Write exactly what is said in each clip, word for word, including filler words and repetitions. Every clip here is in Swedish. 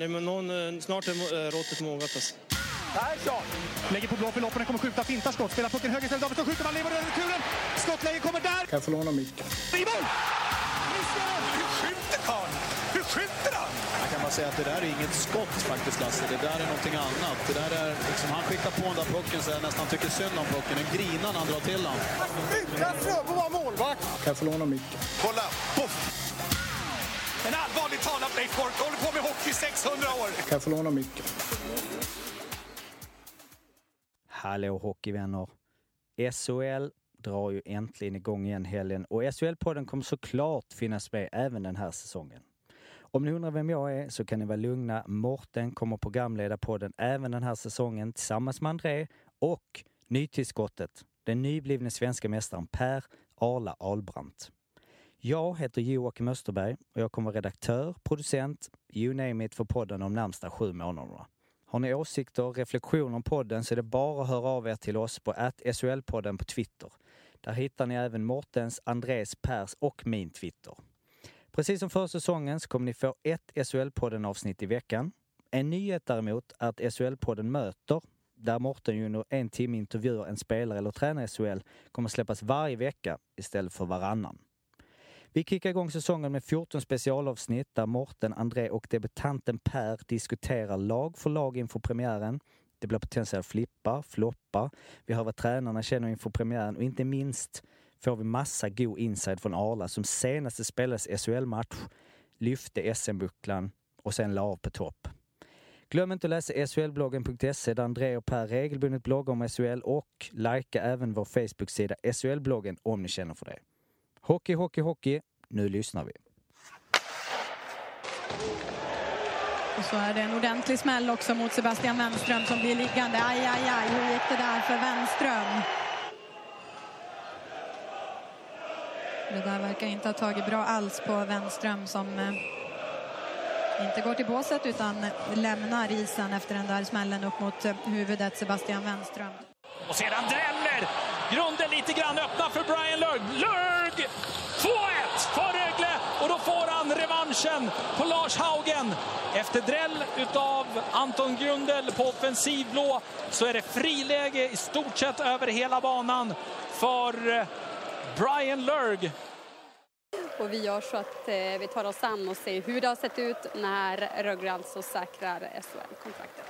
Nej, men någon, snart är råttet mogat alltså. Persson lägger på blå för loppen, kommer skjuta, finta skott, spelar pucken höger istället, Davidsson skjuter, man lever över returen, skottläge kommer där. Kan jag få låna micken? I mål! Hur skjuter han? Hur skjuter han? Jag kan bara säga att det där är inget skott faktiskt, Lasse. Det där är någonting annat. Det där är liksom, han skickar på den där pucken så jag nästan tycker synd om pucken. En grinan han drar till han. Utan Fröbo var målvakt. Kan jag få låna micken? Kolla, poff! En allvarligt talat Blake Bork håller på med hockey sexhundra år. Kan jag få låna micken? Hallå hockeyvänner. S H L drar ju äntligen igång igen helgen och S H L-podden kommer såklart finnas med även den här säsongen. Om ni undrar vem jag är så kan ni vara lugna. Morten kommer programleda podden även den här säsongen tillsammans med André och nytillskottet, den nyblivne svenska mästaren Per Arla Albrandt. Jag heter Joakim Österberg och jag kommer vara redaktör, producent, you name it för podden de närmsta sju månaderna. Har ni åsikter och reflektioner om podden så är det bara att höra av er till oss på at S H L-podden på Twitter. Där hittar ni även Mortens, Andrés, Pers och min Twitter. Precis som förra säsongen så kommer ni få ett S H L-podden-avsnitt i veckan. En nyhet däremot är att S H L-podden möter, där Morten ju under en timme intervjuar en spelare eller tränare i S H L, kommer släppas varje vecka istället för varannan. Vi kickar igång säsongen med fjorton specialavsnitt där Morten, André och debutanten Per diskuterar lag för lag inför premiären. Det blir potentiellt flippa, floppa. Vi hör vad tränarna känner inför premiären och inte minst får vi massa god inside från Arla som senaste spelades S H L-match, lyfte S M-bucklan och sen la av på topp. Glöm inte att läsa S H L bloggen punkt se där André och Per regelbundet bloggar om S H L och likea även vår Facebook-sida S H L-bloggen om ni känner för det. Hockey, hockey, hockey. Nu lyssnar vi. Och så är det en ordentlig smäll också mot Sebastian Wenström som blir liggande. Aj, aj, aj. Hur gick det där för Wenström? Det där verkar inte ha tagit bra alls på Wenström som eh, inte går till båset utan lämnar isen efter den där smällen upp mot eh, huvudet Sebastian Wenström. Och sedan dräller grunden lite grann, öppnar för Brian Lurg. Lurg! två ett för Rögle och då får han revanschen på Lars Haugen. Efter dräll utav Anton Grundel på offensivblå så är det friläge i stort sett över hela banan för Brian Lurg. Och vi gör så att eh, vi tar oss an och ser hur det har sett ut när Rögle alltså säkrar S H L-kontraktet.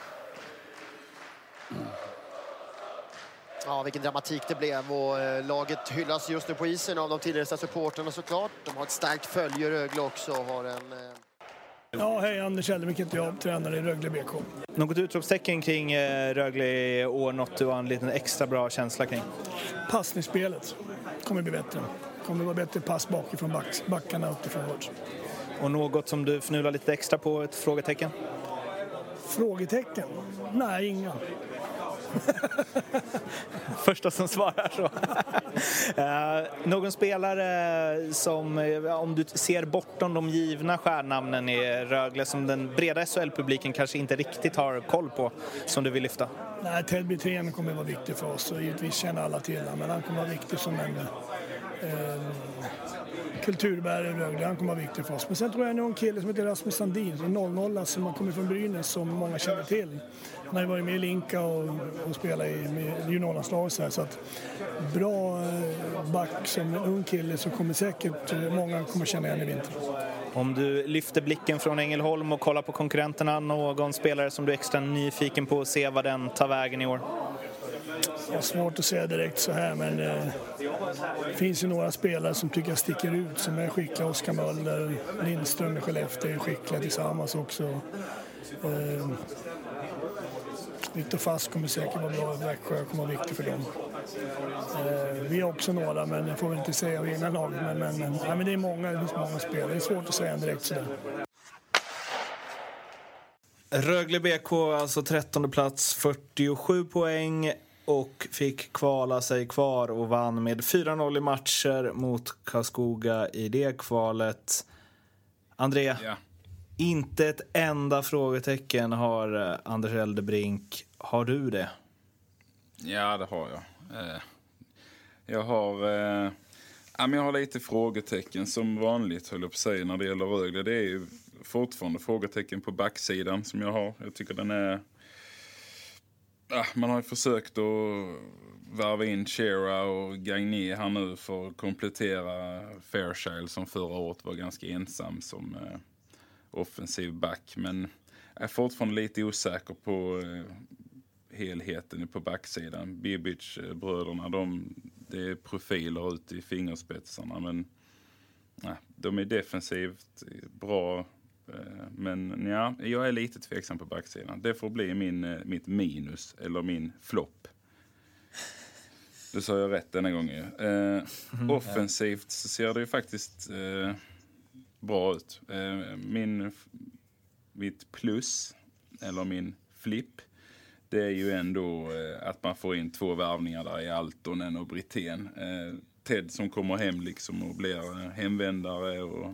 Ja, vilken dramatik det blev och eh, laget hyllas just nu på isen av de tidigare supporterna såklart. De har ett starkt följe, Rögle också har en... Eh... Ja, hej, Anders Elvik heter jag, tränare i Rögle B K. Något utropstecken kring eh, Rögle i år, något du har en liten extra bra känsla kring? Passningsspelet kommer bli bättre. Kommer vara bättre pass bakifrån back, backarna upp till forward. Och något som du fnular lite extra på, ett frågetecken? Frågetecken? Nej, inga. Första som svarar så. uh, någon spelare som, om du ser bortom de givna stjärnnamnen i Rögle som den breda S H L-publiken kanske inte riktigt har koll på, som du vill lyfta? Nej, Ted Brithén kommer vara viktig för oss och givetvis känner alla till honom, men han kommer vara viktig som en eh, kulturbärare i Rögle. Han kommer vara viktig för oss. Men sen tror jag någon kille som heter Rasmus Sandin, en noll noll som har kommit från Brynäs som många känner till. Han har ju varit med i Linka och, och spelat i juniorlandslaget så här, så att bra back som en ung kille så kommer säkert många kommer känna igen i vinter. Om du lyfter blicken från Ängelholm och kollar på konkurrenterna, någon spelare som du är extra nyfiken på att se vad den tar vägen i år? Det är svårt att säga direkt så här, men eh, det finns ju några spelare som tycker jag sticker ut som är skickliga. Oskar Möller, Lindström i Skellefteå är skickliga tillsammans också. Eh, Viktor Fast kommer säkert vara bra, Växjö kommer vara viktig för dem. Eh, vi har också några, men jag får väl inte säga av egna lag. Men, men, ja, men det är många, det finns många spelare. Det är svårt att säga direkt sådär. Rögle B K alltså trettonde plats, fyrtiosju poäng och fick kvala sig kvar och vann med fyra noll i matcher mot Karlskoga i det kvalet. André, ja. Inte ett enda frågetecken har Anders Eldebrink. Har du det? Ja, det har jag. Jag har, jag har lite frågetecken som vanligt, höll jag på att säga, när det gäller Rögle. Det är ju fortfarande frågetecken på backsidan som jag har. Jag tycker den är... Ja, man har ju försökt att varva in Chera och Gagné här nu för att komplettera Fairchild som förra året var ganska ensam som eh, offensiv back. Men jag är fortfarande lite osäker på eh, helheten på backsidan. Bibic-bröderna, de, det är profiler ute i fingerspetsarna, men nej, de är defensivt bra. Men ja, jag är lite tveksam på backsidan. Det får bli min, mitt minus eller min flopp. Det sa jag rätt denna gången. Eh, offensivt så ser det ju faktiskt eh, bra ut. Eh, min, mitt plus, eller min flipp, det är ju ändå eh, att man får in två värvningar där i Altonen och Brithén. Eh, Ted som kommer hem liksom och blir eh, hemvändare och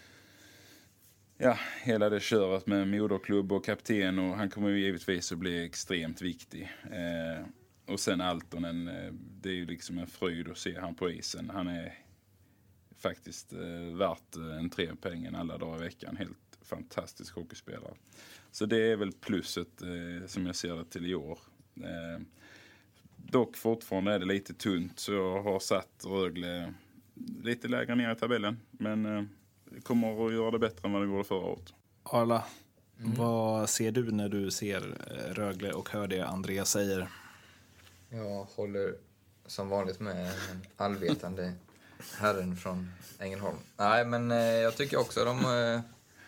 ja, hela det köret med moderklubb och kapten, och han kommer ju givetvis att bli extremt viktig. Eh, och sen Altonen, eh, det är ju liksom en fröjd att se han på isen. Han är faktiskt eh, värt en trepengen alla dagar i veckan. Helt fantastisk hockeyspelare. Så det är väl plusset eh, som jag ser det till i år. Eh, dock fortfarande är det lite tunt, så jag har satt Rögle lite lägre ner i tabellen. Men eh, kommer att göra det bättre än vad det gjorde förra året. Arla, mm. vad ser du när du ser Rögle och hör det Andreas säger? Jag håller som vanligt med den allvetande herren från Ängelholm. Nej, men eh, jag tycker också de, eh,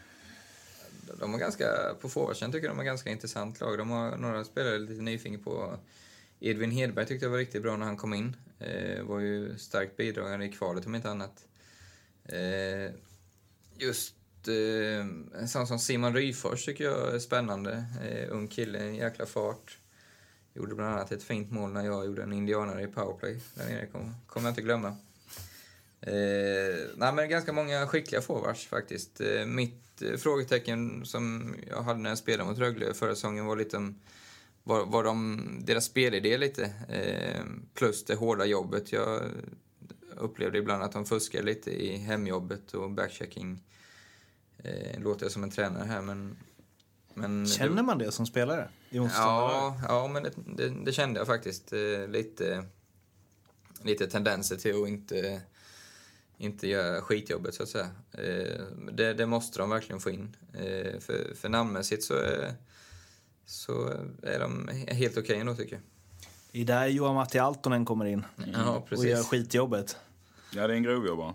de är ganska, på forwarden tycker de är ganska intressant lag. De har några spelare lite nyfiken på. Edvin Hedberg tyckte jag var riktigt bra när han kom in. Eh, var ju starkt bidragande i kvalet om inte annat. Eh, just eh, en sån som Simon Ryfors tycker jag är spännande. Eh, ung kille, en jäkla fart. Gjorde bland annat ett fint mål när jag gjorde en indianare i powerplay. Där nere kommer kom jag inte glömma. Eh, nej, men ganska många skickliga forwards faktiskt. Eh, mitt eh, frågetecken som jag hade när jag spelade mot Rögle förra säsongen var lite om var, var de, deras spelidé lite. Eh, plus det hårda jobbet. Jag upplevde ibland att de fuskar lite i hemjobbet och backchecking. Eh, låter jag som en tränare här, men... men känner det, man det som spelare? Ja, ja, men det, det, det kände jag faktiskt. Eh, lite, lite tendenser till att inte, inte göra skitjobbet, så att säga. Eh, det, det måste de verkligen få in. Eh, för, för namnmässigt så är, så är de helt okej okay ändå, tycker jag. Det är där Johan Matti Altonen kommer in mm. ja, precis. och gör skitjobbet. Ja, det är en grovjobbare.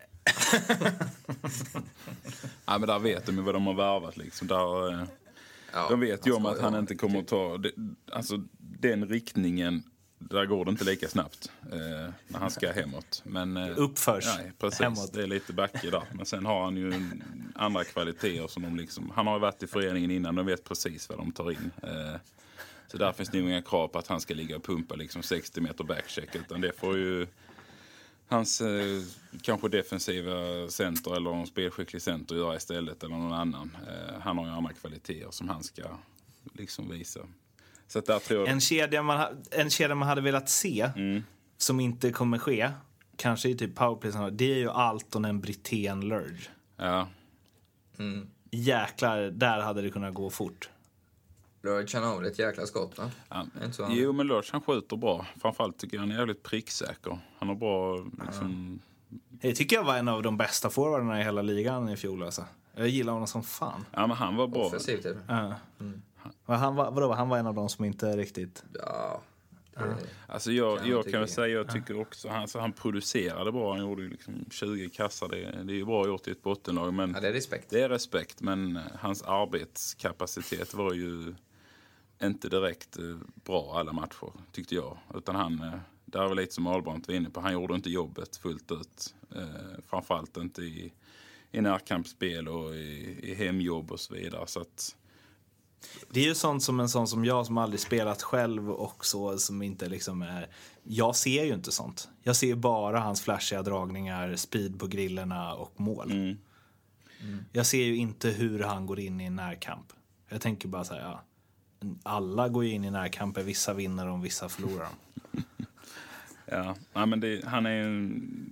Ja, men där vet de ju vad de har värvat liksom. Där, ja, de vet ju om att han inte kommer att ta det, alltså den riktningen, där går det inte lika snabbt eh, när han ska hemåt. Men eh, uppförs nej, precis, hemåt. Det är lite backig där. Men sen har han ju andra kvaliteter som de liksom, han har ju varit i föreningen innan, de vet precis vad de tar in. Eh, så där finns det nog inga krav på att han ska ligga och pumpa liksom sextio meter backcheck, utan det får ju hans eh, kanske defensiva center eller en spelskicklig center göra istället, eller någon annan. Eh, han har ju andra kvaliteter som han ska liksom visa. Så att där tror jag... en, kedja man ha, en kedja man hade velat se mm. som inte kommer ske, kanske i typ powerplay, det är ju Altonen, Brithén, Lurge. Ja. Mm. Jäklar, där hade det kunnat gå fort. Lurge, han har väl ett jäkla skott, va? Ja. Jo, men Lurge, han skjuter bra. Framförallt tycker jag han är jävligt pricksäker. Han har bra liksom... Ja. Det tycker jag var en av de bästa forwarderna i hela ligan i fjol, alltså. Jag gillar honom som fan. Ja, men han var bra. Offensivt, typ. Ja. Mm. Han var, vadå, han var en av de som inte riktigt... Ja. Det... Alltså jag kan, jag kan väl säga, jag tycker också, han, så han producerade bra, han gjorde ju liksom tjugo kassar, det, det är ju bra gjort i ett bottenlag, men ja, det är respekt. Det är respekt, men hans arbetskapacitet var ju inte direkt bra alla matcher, tyckte jag, utan han, det var lite som Ahlbrandt var inne på, han gjorde inte jobbet fullt ut, eh, framförallt inte i, i närkampsspel och i, i hemjobb och så vidare, så att det är ju sånt som en sån som jag som aldrig spelat själv och så, som inte liksom är... Jag ser ju inte sånt. Jag ser bara hans flashiga dragningar, speed på grillerna och mål. Mm. Mm. Jag ser ju inte hur han går in i en närkamp. Jag tänker bara så här, ja, alla går ju in i närkamper, vissa vinner och vissa förlorar. Ja, nej, men det, han är en,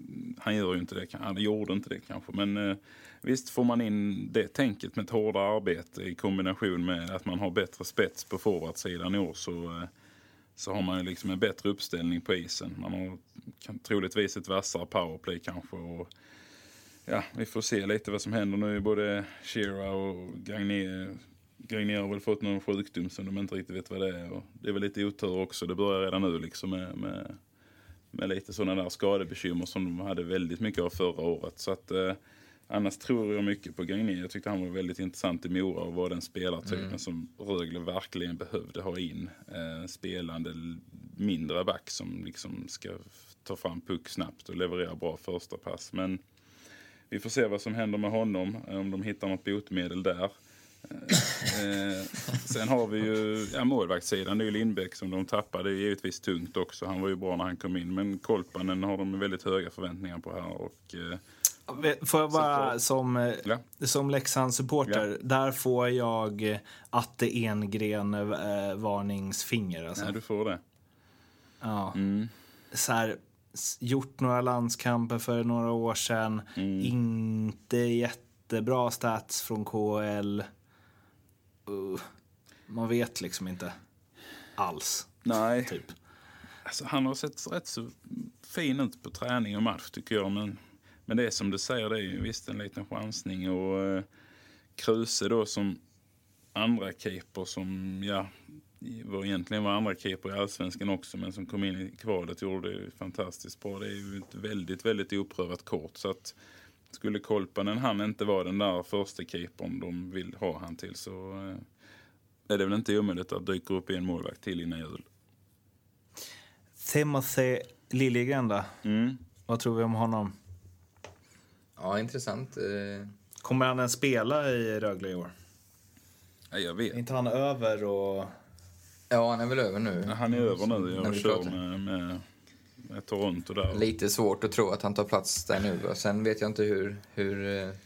han gör ju inte det, han gjorde inte det kanske, men eh, visst får man in det tänket med ett hårdare arbete i kombination med att man har bättre spets på forwardsidan i år, så, eh, så har man ju liksom en bättre uppställning på isen. Man har kan, troligtvis ett vassare powerplay kanske, och ja, vi får se lite vad som händer nu. Både Shearer och Gagné Gagné har väl fått någon sjukdom som de inte riktigt vet vad det är, och det är väl lite otur också. Det börjar redan nu liksom med, med, med lite sådana där skadebekymmer som de hade väldigt mycket av förra året, så att eh, annars tror jag mycket på Gagné. Jag tyckte han var väldigt intressant i Mora och var den spelartypen mm. som Rögle verkligen behövde ha in. Eh, spelande mindre back som liksom ska ta fram puck snabbt och leverera bra första pass. Men vi får se vad som händer med honom, om de hittar något botemedel där. eh, sen har vi ju ja, målvaktssidan, det är ju Lindbäck som de tappade. Det är givetvis tungt också, han var ju bra när han kom in, men Kolpanen har de väldigt höga förväntningar på här. Och eh, får jag bara som, ja. som Leksand-supporter, ja. där får jag Atte Engren eh, varningsfinger alltså. Nej, du får det. Ja. Mm. Så här, gjort några landskamper för några år sedan, mm. inte jättebra stats från K H L. Uh, man vet liksom inte alls. Nej. Typ. Alltså, han har sett rätt så fin ut på träning och match tycker jag, men, men det är som du säger, det är ju visst en liten chansning. Och uh, Kruse då som andra keeper som ja var egentligen var andra keeper i Allsvenskan också, men som kom in i kvalet gjorde det fantastiskt bra. Det är ju ett väldigt, väldigt oprövat kort, så att skulle Kolpanen han inte vara den där första keepern de vill ha han till, så är det väl inte omöjligt att dyka upp i en målvakt till innan jul. Timothy Liljegren då? Mm. Vad tror vi om honom? Ja, intressant. Kommer han ens spela i Rögle i år? Ja, jag vet. Är inte han över och... Ja, han är väl över nu. Ja, han är över nu. Jag kör med, med, med Toronto där. Lite svårt att tro att han tar plats där nu. Och sen vet jag inte hur, hur,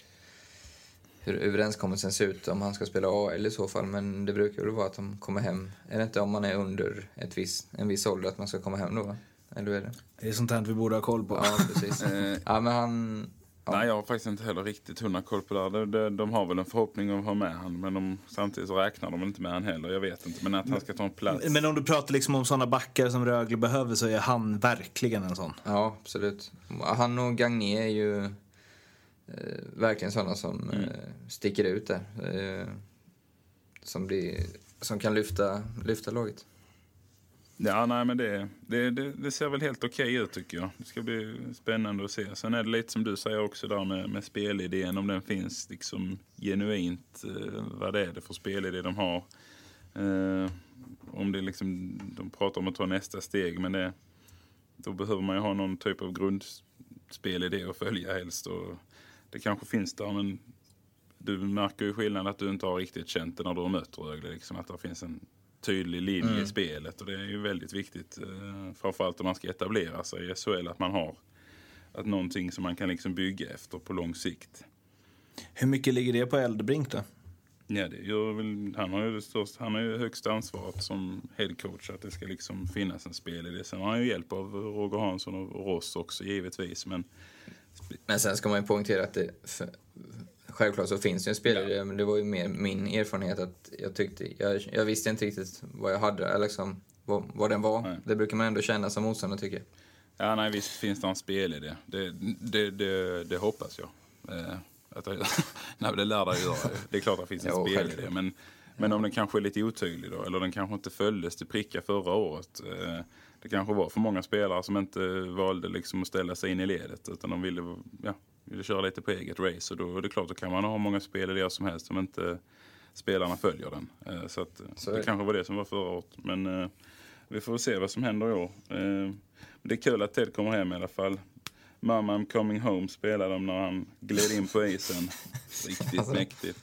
hur överenskommelsen ser ut om han ska spela A L i så fall. Men det brukar väl vara att de kommer hem. Är det inte om man är under ett viss, en viss ålder att man ska komma hem då? Eller är det? Det är sånt här vi borde ha koll på. Ja, precis. ja, men han... Ja. Nej, jag har faktiskt inte heller riktigt hundra koll på det här. De, de, de har väl en förhoppning om att ha med han, men de, samtidigt så räknar de inte med han heller. Jag vet inte, men att han ska ta en plats. Men om du pratar liksom om sådana backar som Rögle behöver, så är han verkligen en sån. Ja, absolut. Han och Gagné är ju eh, verkligen sådana som mm. eh, sticker ut där. Eh, som, blir, som kan lyfta, lyfta laget. Ja, nej, men det, det, det, det ser väl helt okej ut tycker jag. Det ska bli spännande att se. Sen är det lite som du säger också där med, med spelidén, om den finns liksom genuint, eh, vad det är det för spelidé de har. Eh, om det liksom, de pratar om att ta nästa steg, men det, då behöver man ju ha någon typ av grundspelidé att följa helst. Och det kanske finns där, men du märker ju skillnad att du inte har riktigt känt det när du har mött Rögle, liksom, att det finns en tydlig linje mm. i spelet, och det är ju väldigt viktigt eh, framförallt om man ska etablera sig i S H L, att man har att någonting som man kan liksom bygga efter på lång sikt. Hur mycket ligger det på Eldbrink då? Ja, det gör väl, han har ju det största, han har ju högst ansvaret som headcoach att det ska liksom finnas en spel i det. Sen har han ju hjälp av Roger Hansson och Ross också givetvis, men men sen ska man ju poängtera att det för, självklart så finns det en spelare, ja. Men det var ju mer min erfarenhet att jag tyckte, jag, jag visste inte riktigt vad jag hade, eller liksom, vad, vad den var. Nej. Det brukar man ändå känna som motståndare, tycker jag. Ja, nej, visst finns det en spel i det. Det, det, det, det hoppas jag. Eh, att jag nej, det lär jag göra. Det är klart att det finns en jo, spel i det, men, men om den kanske är lite otydlig då, eller den kanske inte följdes till pricka förra året. Eh, det kanske var för många spelare som inte valde liksom att ställa sig in i ledet, utan de ville, ja, ville köra lite på eget race, och då är det klart att kan man ha många spelare som helst som inte spelarna följer den. Eh, så att, så det kanske var det som var förra året, men eh, vi får se vad som händer i år. Eh, det är kul att Ted kommer hem i alla fall. Mamma I'm coming home spelar de när han gled in på isen. Riktigt alltså. Mäktigt.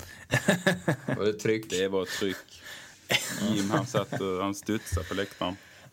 Var det tryck? Det var tryck. Jim han satt och han studsade på läktaren.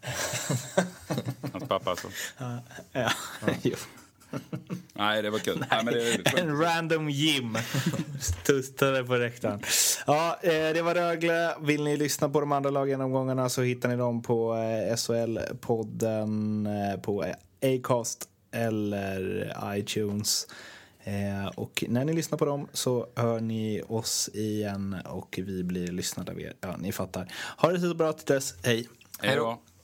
Hans pappa alltså. Ja, ja. Jo. Nej, det var kul. Nej, Nej, men det är en random Jim studsade på läktaren. Ja, det var Rögle. Vill ni lyssna på de andra laggenomgångarna så hittar ni dem på S H L-podden på Acast eller iTunes. Eh, och när ni lyssnar på dem så hör ni oss igen och vi blir lyssnade av er. Ja, ni fattar. Ha det så bra till dess. Hej! Hej då!